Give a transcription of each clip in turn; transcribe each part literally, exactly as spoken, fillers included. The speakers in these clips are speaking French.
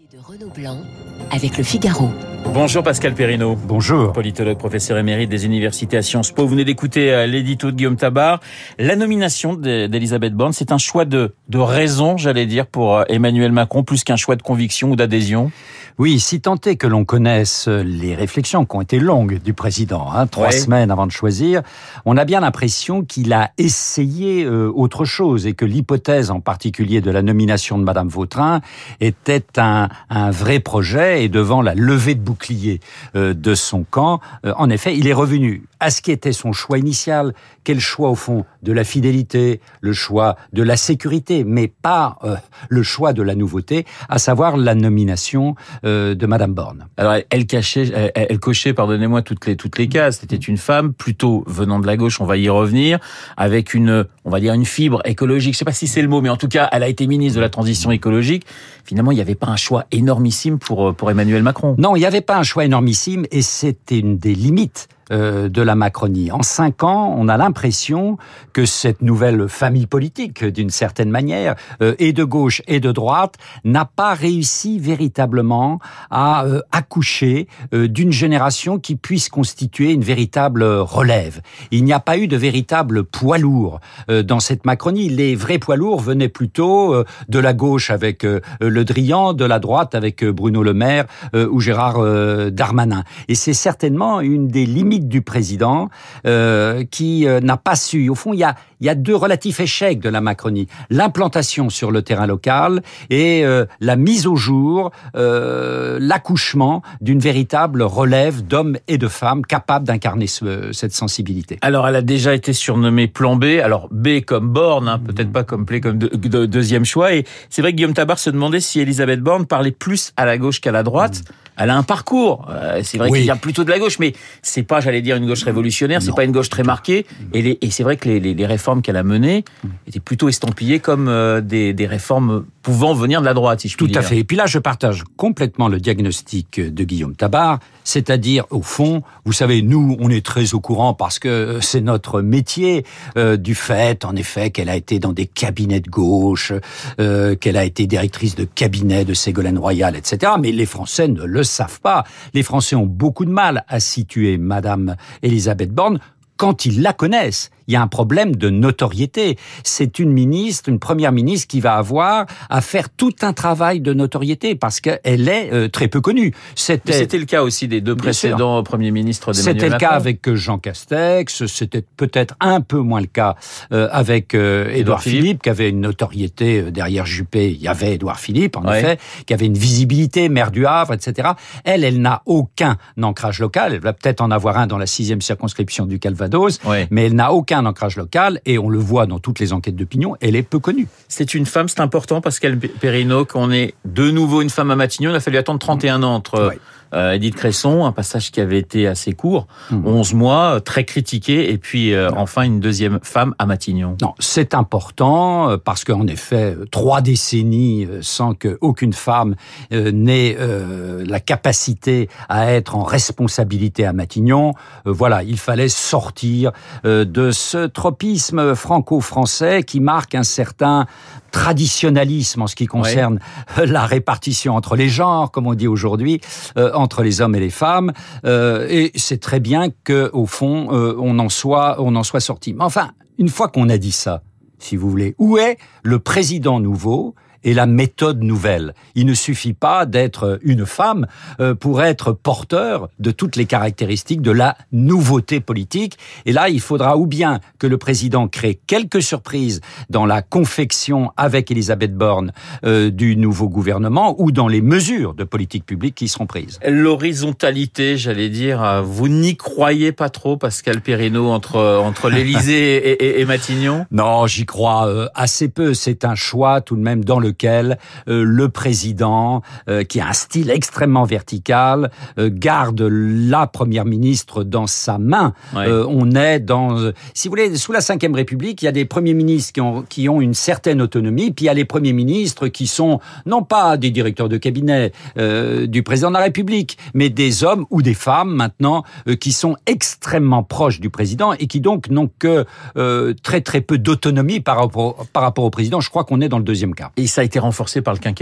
De Renaud Blanc avec Le Figaro. Bonjour Pascal Perrineau. Bonjour. Politologue, professeur émérite des universités à Sciences Po. Vous venez d'écouter l'édito de Guillaume Tabar. La nomination d'Elisabeth Borne, c'est un choix de, de raison, j'allais dire, pour Emmanuel Macron, plus qu'un choix de conviction ou d'adhésion. Oui, si tant est que l'on connaisse les réflexions qui ont été longues du président, hein, trois ouais. semaines avant de choisir, on a bien l'impression qu'il a essayé euh, autre chose et que l'hypothèse en particulier de la nomination de Madame Vautrin était un, un vrai projet et devant la levée de bouclier euh, de son camp, euh, en effet, il est revenu à ce qui était son choix initial. Quel choix au fond de la fidélité, le choix de la sécurité, mais pas euh, le choix de la nouveauté, à savoir la nomination euh, de Madame Borne. Alors elle, elle cachait, elle, elle cochait, pardonnez-moi, toutes les toutes les cases. C'était une femme plutôt venant de la gauche, on va y revenir, avec une, on va dire une fibre écologique. Je sais pas si c'est le mot, mais en tout cas, elle a été ministre de la transition écologique. Finalement, il n'y avait pas un choix énormissime pour pour Emmanuel Macron. Non, il n'y avait pas un choix énormissime, et c'était une des limites de la Macronie. En cinq ans, on a l'impression que cette nouvelle famille politique, d'une certaine manière, euh, et de gauche et de droite, n'a pas réussi véritablement à euh, accoucher euh, d'une génération qui puisse constituer une véritable relève. Il n'y a pas eu de véritable poids lourd euh, dans cette Macronie. Les vrais poids lourds venaient plutôt euh, de la gauche avec euh, Le Drian, de la droite avec euh, Bruno Le Maire euh, ou Gérard euh, Darmanin. Et c'est certainement une des limites du président euh, qui euh, n'a pas su. Au fond, il y a, il y a deux relatifs échecs de la Macronie. L'implantation sur le terrain local et euh, la mise au jour, euh, l'accouchement d'une véritable relève d'hommes et de femmes capables d'incarner ce, cette sensibilité. Alors, elle a déjà été surnommée Plan B. Alors, B comme Borne, hein, peut-être pas comme Play comme de, de, deuxième choix. Et c'est vrai que Guillaume Tabar se demandait si Elisabeth Borne parlait plus à la gauche qu'à la droite. Mmh. Elle a un parcours. Euh, c'est vrai oui. qu'il vient plutôt de la gauche, mais c'est pas, j'allais dire, une gauche révolutionnaire. C'est non. pas une gauche très marquée. Et, les, et c'est vrai que les, les, les réformes qu'elle a menées étaient plutôt estampillées comme euh, des, des réformes pouvant venir de la droite, si je puis dire. Tout à fait. Et puis là, je partage complètement le diagnostic de Guillaume Tabar. C'est-à-dire, au fond, vous savez, nous, on est très au courant parce que c'est notre métier euh, du fait, en effet, qu'elle a été dans des cabinets de gauche, euh, qu'elle a été directrice de cabinet de Ségolène Royal, et cetera. Mais les Français ne le savent pas. Les Français ont beaucoup de mal à situer Madame Elisabeth Borne quand ils la connaissent. Il y a un problème de notoriété. C'est une ministre, une première ministre qui va avoir à faire tout un travail de notoriété parce qu'elle est euh, très peu connue. C'était, c'était le cas aussi des deux précédents premiers ministres d'Emmanuel Macron. C'était le cas avec Jean Castex, c'était peut-être un peu moins le cas euh, avec euh, Édouard Philippe, Philippe, qui avait une notoriété derrière Juppé. Il y avait Édouard Philippe, en ouais. effet, qui avait une visibilité, maire du Havre, et cetera. Elle, elle n'a aucun ancrage local. Elle va peut-être en avoir un dans la sixième circonscription du Calvados, ouais. mais elle n'a aucun ancrage local, et on le voit dans toutes les enquêtes d'opinion, elle est peu connue. C'est une femme, c'est important, Pascal Perrineau, qu'on ait de nouveau une femme à Matignon. Il a fallu attendre trente et un ans entre ouais. euh, Édith Cresson, un passage qui avait été assez court, mmh. onze mois, très critiqué, et puis euh, enfin une deuxième femme à Matignon. Non, c'est important, parce qu'en effet, trois décennies sans qu'aucune femme euh, n'ait euh, la capacité à être en responsabilité à Matignon, euh, voilà, il fallait sortir euh, de ce tropisme franco-français qui marque un certain traditionnalisme en ce qui concerne ouais. la répartition entre les genres, comme on dit aujourd'hui, euh, entre les hommes et les femmes. Euh, et c'est très bien que, au fond, euh, on en soit, on en soit sorti. Mais enfin, une fois qu'on a dit ça, si vous voulez, où est le président nouveau et la méthode nouvelle? Il ne suffit pas d'être une femme euh, pour être porteur de toutes les caractéristiques de la nouveauté politique. Et là, il faudra ou bien que le président crée quelques surprises dans la confection avec Elisabeth Borne euh, du nouveau gouvernement ou dans les mesures de politique publique qui seront prises. L'horizontalité, j'allais dire, vous n'y croyez pas trop, Pascal Perrineau, entre, entre l'Élysée et, et, et Matignon? Non, j'y crois euh, assez peu. C'est un choix tout de même dans le lequel euh, le président, euh, qui a un style extrêmement vertical, euh, garde la première ministre dans sa main. Ouais. Euh, on est dans... Euh, si vous voulez, sous la cinquième République, il y a des premiers ministres qui ont, qui ont une certaine autonomie, puis il y a les premiers ministres qui sont, non pas des directeurs de cabinet euh, du président de la République, mais des hommes ou des femmes, maintenant, euh, qui sont extrêmement proches du président et qui donc n'ont que euh, très très peu d'autonomie par rapport, par rapport au président. Je crois qu'on est dans le deuxième cas. Et ça a été renforcé par le quinquennat.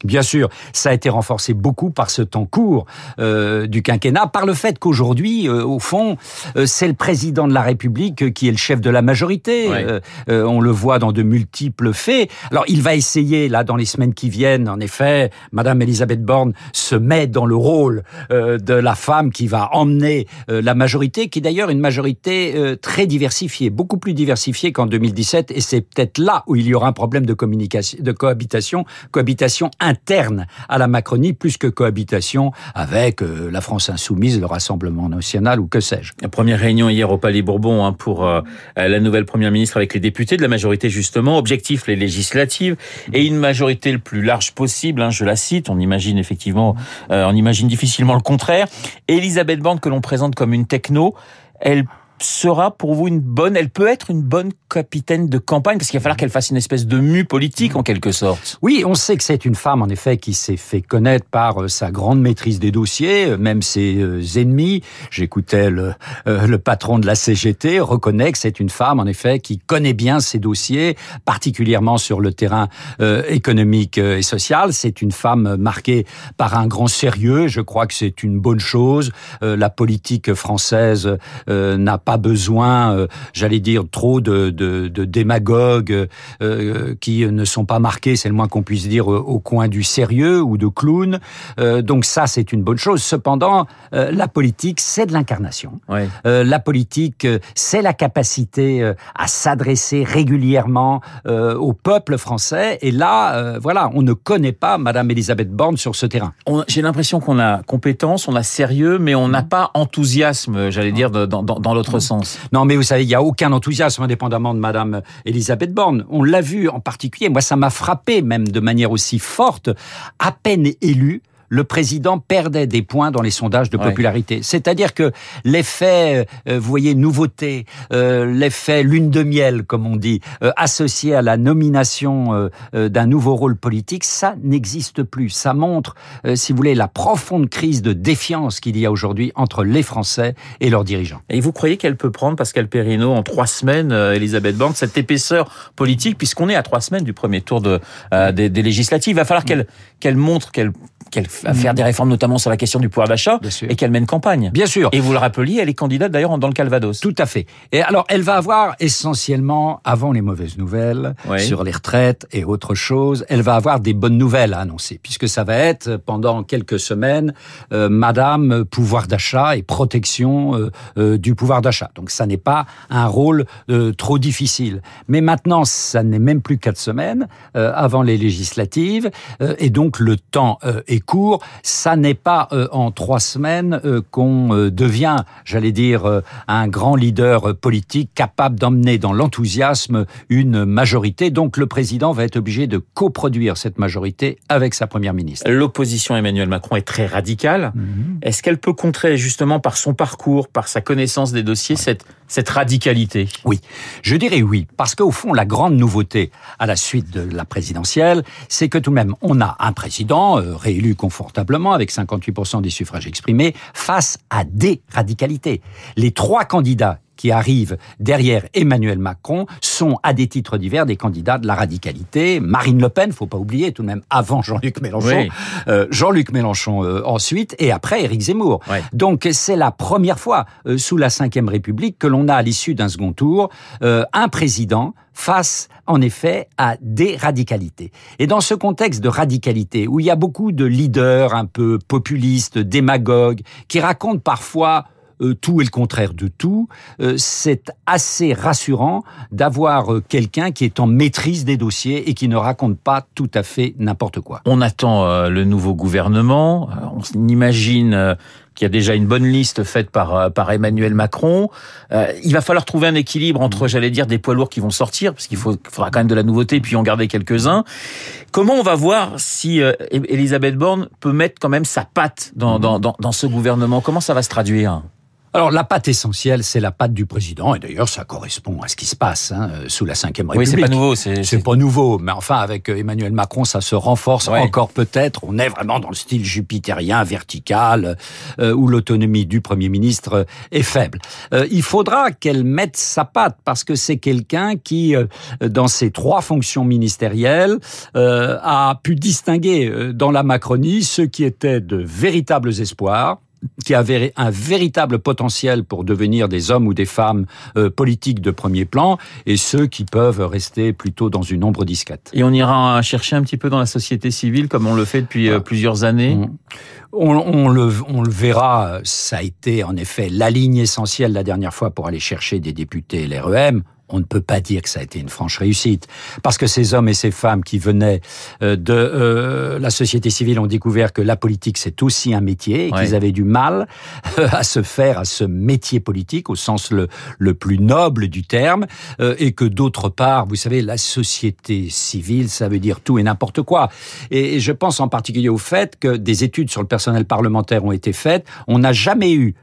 Bien sûr, ça a été renforcé beaucoup par ce temps court euh, du quinquennat, par le fait qu'aujourd'hui, euh, au fond, euh, c'est le président de la République euh, qui est le chef de la majorité. Ouais. Euh, euh, on le voit dans de multiples faits. Alors, il va essayer, là, dans les semaines qui viennent, en effet, Madame Elisabeth Borne se met dans le rôle euh, de la femme qui va emmener euh, la majorité, qui est d'ailleurs une majorité euh, très diversifiée, beaucoup plus diversifiée qu'en deux mille dix-sept, et c'est peut-être là où il y aura un problème de communication, de cohabitation, cohabitation interne à la Macronie, plus que cohabitation avec euh, la France insoumise, le Rassemblement national ou que sais-je. La première réunion hier au Palais Bourbon hein, pour euh, la nouvelle première ministre avec les députés de la majorité justement. Objectif, les législatives et une majorité le plus large possible. Hein, je la cite, on imagine effectivement, euh, on imagine difficilement le contraire. Elisabeth Borne que l'on présente comme une techno, elle sera pour vous une bonne, elle peut être une bonne capitaine de campagne parce qu'il va falloir qu'elle fasse une espèce de mue politique en quelque sorte. Oui, on sait que c'est une femme en effet qui s'est fait connaître par sa grande maîtrise des dossiers, même ses ennemis. J'écoutais le, euh, le patron de la C G T reconnaît que c'est une femme en effet qui connaît bien ses dossiers, particulièrement sur le terrain euh, économique et social. C'est une femme marquée par un grand sérieux. Je crois que c'est une bonne chose. Euh, la politique française euh, n'a pas besoin, euh, j'allais dire, trop de, de, de démagogues euh, qui ne sont pas marqués, c'est le moins qu'on puisse dire, au coin du sérieux ou de clown. Euh, donc ça, c'est une bonne chose. Cependant, euh, la politique, c'est de l'incarnation. Ouais. Euh, la politique, c'est la capacité euh, à s'adresser régulièrement euh, au peuple français. Et là, euh, voilà, on ne connaît pas Madame Elisabeth Borne sur ce terrain. On, j'ai l'impression qu'on a compétence, on a sérieux, mais on n'a pas enthousiasme, j'allais dire, dans, dans, dans l'autre sens. Non, mais vous savez, il n'y a aucun enthousiasme indépendamment de Madame Elisabeth Borne. On l'a vu en particulier. Moi, ça m'a frappé même de manière aussi forte. À peine élue, le président perdait des points dans les sondages de popularité. Ouais. C'est-à-dire que l'effet, euh, vous voyez, nouveauté, euh, l'effet lune de miel, comme on dit, euh, associé à la nomination euh, euh, d'un nouveau rôle politique, ça n'existe plus. Ça montre, euh, si vous voulez, la profonde crise de défiance qu'il y a aujourd'hui entre les Français et leurs dirigeants. Et vous croyez qu'elle peut prendre, Pascal Perrineau, en trois semaines, euh, Elisabeth Borne, cette épaisseur politique, puisqu'on est à trois semaines du premier tour de, euh, des, des législatives, il va falloir qu'elle, qu'elle montre qu'elle qu'elle va faire des réformes, notamment sur la question du pouvoir d'achat, et qu'elle mène campagne. Bien sûr. Et vous le rappeliez, elle est candidate d'ailleurs dans le Calvados. Tout à fait. Et alors, elle va avoir essentiellement, avant les mauvaises nouvelles, oui. sur les retraites et autre chose, elle va avoir des bonnes nouvelles à annoncer, puisque ça va être, pendant quelques semaines, euh, Madame pouvoir d'achat et protection euh, euh, du pouvoir d'achat. Donc, ça n'est pas un rôle euh, trop difficile. Mais maintenant, ça n'est même plus quatre semaines euh, avant les législatives, euh, et donc le temps euh, est court. Ça n'est pas euh, en trois semaines euh, qu'on euh, devient, j'allais dire, euh, un grand leader euh, politique capable d'emmener dans l'enthousiasme une majorité. Donc le président va être obligé de coproduire cette majorité avec sa première ministre. L'opposition à Emmanuel Macron est très radicale. Mm-hmm. Est-ce qu'elle peut contrer justement par son parcours, par sa connaissance des dossiers, cette, cette radicalité ? Oui, je dirais oui, parce qu'au fond, la grande nouveauté à la suite de la présidentielle, c'est que tout de même, on a un président euh, réélu confortablement avec cinquante-huit pour cent des suffrages exprimés face à des radicalités. Les trois candidats qui arrivent derrière Emmanuel Macron sont, à des titres divers, des candidats de la radicalité. Marine Le Pen, faut pas oublier, tout de même, avant Jean-Luc Mélenchon. Oui. Euh, Jean-Luc Mélenchon euh, ensuite, et après Éric Zemmour. Oui. Donc, c'est la première fois, euh, sous la cinquième République, que l'on a, à l'issue d'un second tour, euh, un président face, en effet, à des radicalités. Et dans ce contexte de radicalité, où il y a beaucoup de leaders un peu populistes, démagogues, qui racontent parfois Euh, tout et le contraire de tout, euh, c'est assez rassurant d'avoir euh, quelqu'un qui est en maîtrise des dossiers et qui ne raconte pas tout à fait n'importe quoi. On attend euh, le nouveau gouvernement, euh, on imagine euh, qu'il y a déjà une bonne liste faite par euh, par Emmanuel Macron. Euh, il va falloir trouver un équilibre entre, j'allais dire, des poids lourds qui vont sortir, parce qu'il faut, il faudra quand même de la nouveauté, puis en garder quelques-uns. Comment on va voir si euh, Elisabeth Borne peut mettre quand même sa patte dans, dans, dans, dans ce gouvernement ? Comment ça va se traduire ? Alors, la patte essentielle, c'est la patte du président, et d'ailleurs, ça correspond à ce qui se passe hein, sous la cinquième République. Oui, c'est pas nouveau. C'est, c'est... c'est pas nouveau, mais enfin, avec Emmanuel Macron, ça se renforce ouais. encore peut-être. On est vraiment dans le style jupitérien, vertical, euh, où l'autonomie du Premier ministre est faible. Euh, il faudra qu'elle mette sa patte, parce que c'est quelqu'un qui, euh, dans ses trois fonctions ministérielles, euh, a pu distinguer euh, dans la Macronie ceux qui étaient de véritables espoirs, qui avaient un véritable potentiel pour devenir des hommes ou des femmes euh, politiques de premier plan, et ceux qui peuvent rester plutôt dans une ombre discrète. Et on ira chercher un petit peu dans la société civile, comme on le fait depuis euh, plusieurs années. On, on, le, on le verra, ça a été en effet la ligne essentielle la dernière fois pour aller chercher des députés L R E M. On ne peut pas dire que ça a été une franche réussite, parce que ces hommes et ces femmes qui venaient de euh, la société civile ont découvert que la politique c'est aussi un métier, et ouais. qu'ils avaient du mal à se faire à ce métier politique au sens le, le plus noble du terme, euh, et que d'autre part, vous savez, la société civile, ça veut dire tout et n'importe quoi. Et, et je pense en particulier au fait que des études sur le personnel parlementaire ont été faites. On n'a jamais eu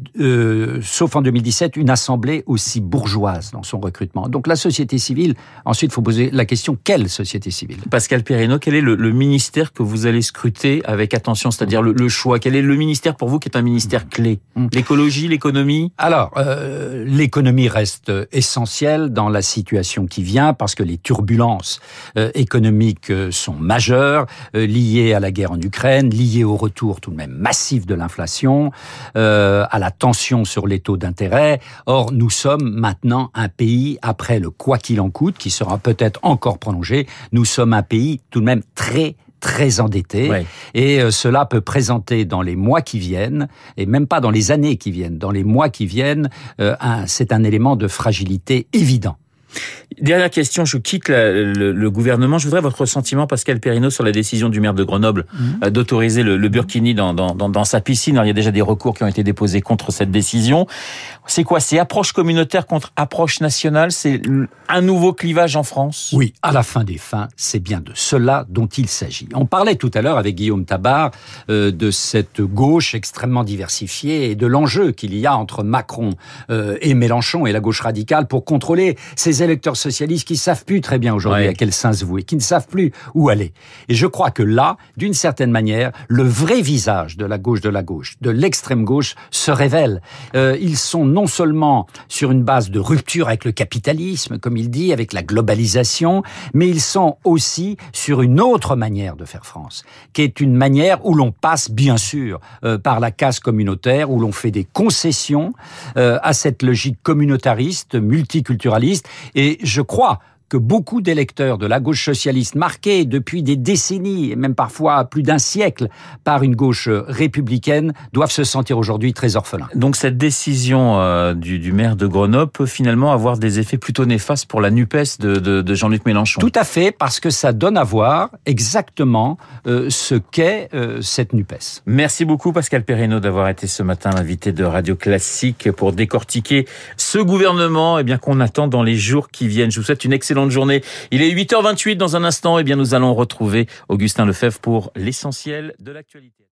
Euh, sauf en deux mille dix-sept, une assemblée aussi bourgeoise dans son recrutement. Donc la société civile, ensuite il faut poser la question, quelle société civile ? Pascal Perrineau, quel est le, le ministère que vous allez scruter avec attention, c'est-à-dire le, le choix ? Quel est le ministère pour vous qui est un ministère clé ? L'écologie, l'économie ? Alors, euh, l'économie reste essentielle dans la situation qui vient, parce que les turbulences euh, économiques sont majeures, euh, liées à la guerre en Ukraine, liées au retour tout de même massif de l'inflation, euh, à la tension sur les taux d'intérêt. Or, nous sommes maintenant un pays, après le quoi qu'il en coûte, qui sera peut-être encore prolongé, nous sommes un pays tout de même très très endetté, ouais. et euh, cela peut présenter dans les mois qui viennent, et même pas dans les années qui viennent, dans les mois qui viennent, euh, un, c'est un élément de fragilité évident. Dernière question, je quitte la, le, le gouvernement. Je voudrais votre sentiment, Pascal Perrineau, sur la décision du maire de Grenoble mmh. d'autoriser le, le burkini dans, dans, dans, dans sa piscine. Alors, il y a déjà des recours qui ont été déposés contre cette décision. C'est quoi ? C'est approche communautaire contre approche nationale ? C'est un nouveau clivage en France ? Oui, à la fin des fins, c'est bien de cela dont il s'agit. On parlait tout à l'heure avec Guillaume Tabar euh, de cette gauche extrêmement diversifiée et de l'enjeu qu'il y a entre Macron euh, et Mélenchon et la gauche radicale pour contrôler ces électeurs socialistes qui savent plus très bien aujourd'hui ouais. à quel sein se vouer, qui ne savent plus où aller. Et je crois que là, d'une certaine manière, le vrai visage de la gauche de la gauche, de l'extrême gauche, se révèle. Euh, ils sont non seulement sur une base de rupture avec le capitalisme, comme il dit, avec la globalisation, mais ils sont aussi sur une autre manière de faire France, qui est une manière où l'on passe, bien sûr, euh, par la casse communautaire, où l'on fait des concessions euh, à cette logique communautariste, multiculturaliste, et je crois que beaucoup d'électeurs de la gauche socialiste, marqués depuis des décennies, et même parfois plus d'un siècle, par une gauche républicaine, doivent se sentir aujourd'hui très orphelins. Donc cette décision euh, du, du maire de Grenoble peut finalement avoir des effets plutôt néfastes pour la NUPES de, de, de Jean-Luc Mélenchon. Tout à fait, parce que ça donne à voir exactement euh, ce qu'est euh, cette NUPES. Merci beaucoup Pascal Perrineau d'avoir été ce matin l'invité de Radio Classique pour décortiquer ce gouvernement eh bien, qu'on attend dans les jours qui viennent. Je vous souhaite une excellente de journée. Il est huit heures vingt-huit dans un instant. Eh bien, nous allons retrouver Augustin Lefebvre pour l'essentiel de l'actualité.